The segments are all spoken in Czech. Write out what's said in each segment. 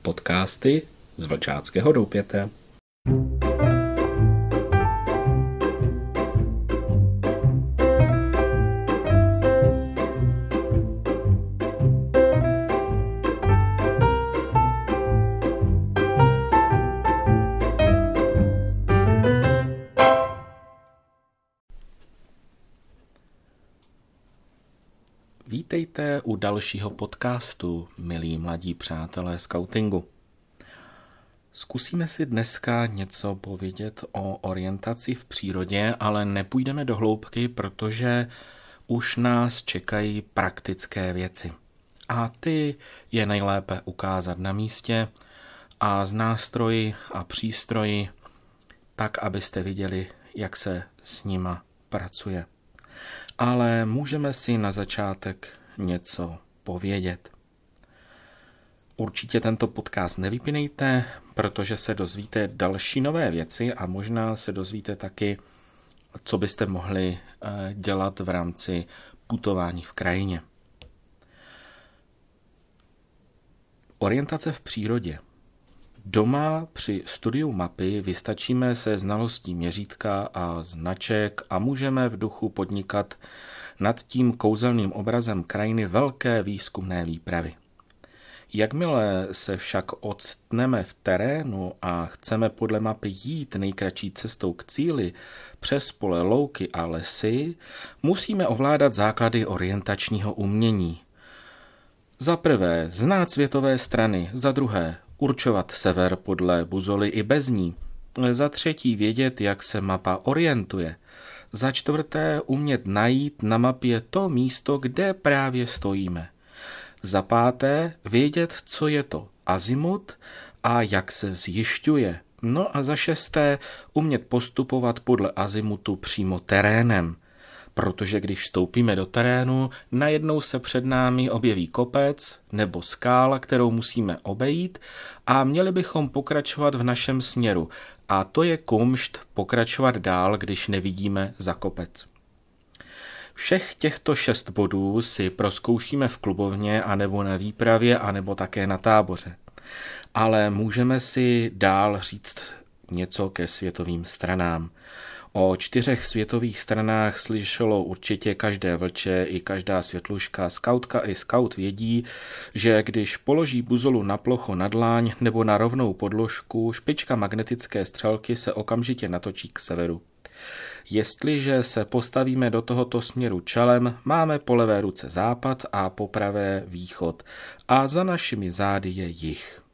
Podcasty z Vlčáckého doupěte. Vítejte u dalšího podcastu, milí mladí přátelé skautingu. Zkusíme si dneska něco povědět o orientaci v přírodě, ale nepůjdeme do hloubky, protože už nás čekají praktické věci. A ty je nejlépe ukázat na místě a z nástroji a přístroji, tak abyste viděli, jak se s nima pracuje. Ale můžeme si na začátek něco povědět. Určitě tento podcast nevypínejte, protože se dozvíte další nové věci a možná se dozvíte taky, co byste mohli dělat v rámci putování v krajině. Orientace v přírodě. Doma při studiu mapy vystačíme se znalostí měřítka a značek a můžeme v duchu podnikat nad tím kouzelným obrazem krajiny velké výzkumné výpravy. Jakmile se však ocitneme v terénu a chceme podle mapy jít nejkratší cestou k cíli přes pole, louky a lesy, musíme ovládat základy orientačního umění. Za prvé znát světové strany, za druhé určovat sever podle buzoly i bez ní, za třetí vědět, jak se mapa orientuje, za čtvrté umět najít na mapě to místo, kde právě stojíme, za páté vědět, co je to azimut a jak se zjišťuje, no a za šesté umět postupovat podle azimutu přímo terénem. Protože když vstoupíme do terénu, najednou se před námi objeví kopec nebo skála, kterou musíme obejít a měli bychom pokračovat v našem směru. A to je kumšt pokračovat dál, když nevidíme za kopec. Všech těchto 6 bodů si prozkoušíme v klubovně anebo na výpravě anebo také na táboře. Ale můžeme si dál říct něco ke světovým stranám. O 4 světových stranách slyšelo určitě každé vlče i každá světluška. Skautka i skaut vědí, že když položí buzolu na plochu na dláň nebo na rovnou podložku, špička magnetické střelky se okamžitě natočí k severu. Jestliže se postavíme do tohoto směru čelem, máme po levé ruce západ a po pravé východ a za našimi zády je jih.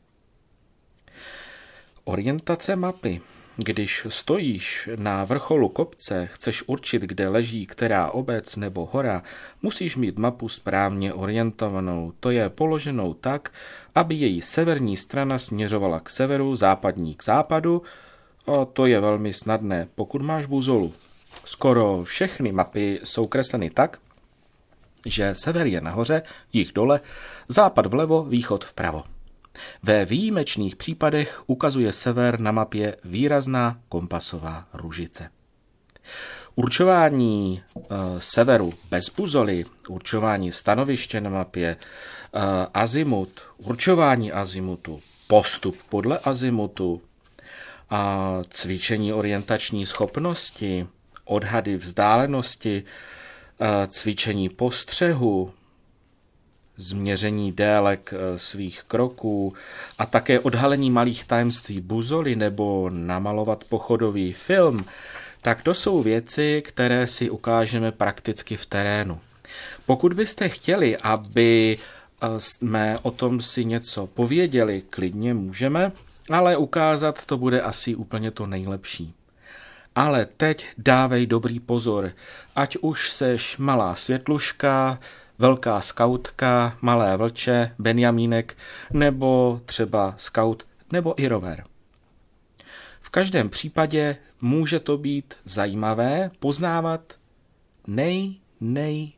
Orientace mapy. Když stojíš na vrcholu kopce, chceš určit, kde leží která obec nebo hora, musíš mít mapu správně orientovanou, to je položenou tak, aby její severní strana směřovala k severu, západní k západu, a to je velmi snadné, pokud máš buzolu. Skoro všechny mapy jsou kresleny tak, že sever je nahoře, jih dole, západ vlevo, východ vpravo. Ve výjimečných případech ukazuje sever na mapě výrazná kompasová ružice. Určování severu bez buzoly, určování stanoviště na mapě, azimut, určování azimutu, postup podle azimutu, a cvičení orientační schopnosti, odhady vzdálenosti, cvičení postřehu, změření délek svých kroků a také odhalení malých tajemství buzoly nebo namalovat pochodový film, tak to jsou věci, které si ukážeme prakticky v terénu. Pokud byste chtěli, aby jsme o tom si něco pověděli, klidně můžeme, ale ukázat to bude asi úplně to nejlepší. Ale teď dávej dobrý pozor, ať už seš malá světluška, velká skautka, malé vlče, benjamínek, nebo třeba skaut, nebo i rover. V každém případě může to být zajímavé poznávat nej.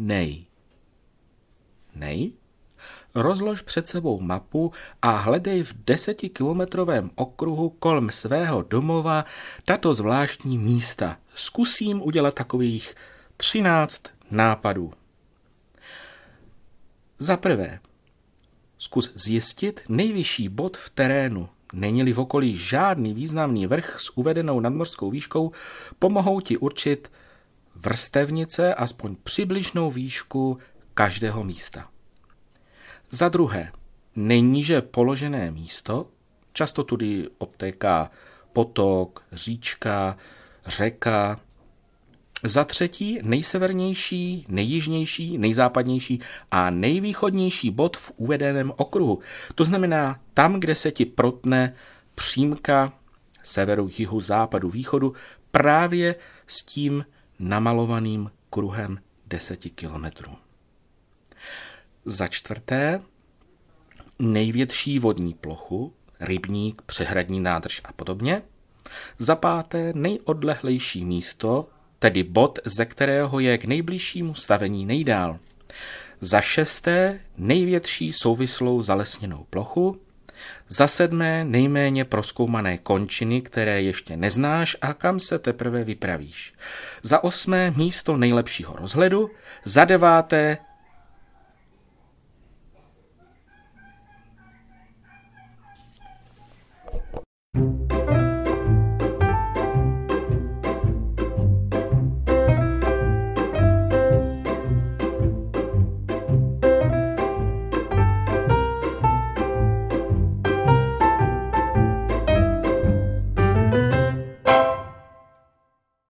Rozlož před sebou mapu a hledej v 10kilometrovém okruhu kolem svého domova tato zvláštní místa. Zkusím udělat takových 13 nápadů. Za prvé, Zkus zjistit nejvyšší bod v terénu. Není-li v okolí žádný významný vrch s uvedenou nadmořskou výškou, pomohou ti určit vrstevnice aspoň přibližnou výšku každého místa. Za druhé, nejníže položené místo, často tudy obtéká potok, říčka, řeka. Za třetí, nejsevernější, nejjižnější, nejzápadnější a nejvýchodnější bod v uvedeném okruhu. To znamená tam, kde se ti protne přímka severu, jihu, západu, východu právě s tím namalovaným kruhem 10 kilometrů. Za čtvrté, největší vodní plochu, rybník, přehradní nádrž a podobně. Za páté, nejodlehlejší místo, tedy bod, ze kterého je k nejbližšímu stavení nejdál. Za šesté, největší souvislou zalesněnou plochu. Za sedmé, nejméně prozkoumané končiny, které ještě neznáš a kam se teprve vypravíš. Za osmé, místo nejlepšího rozhledu. Za deváté,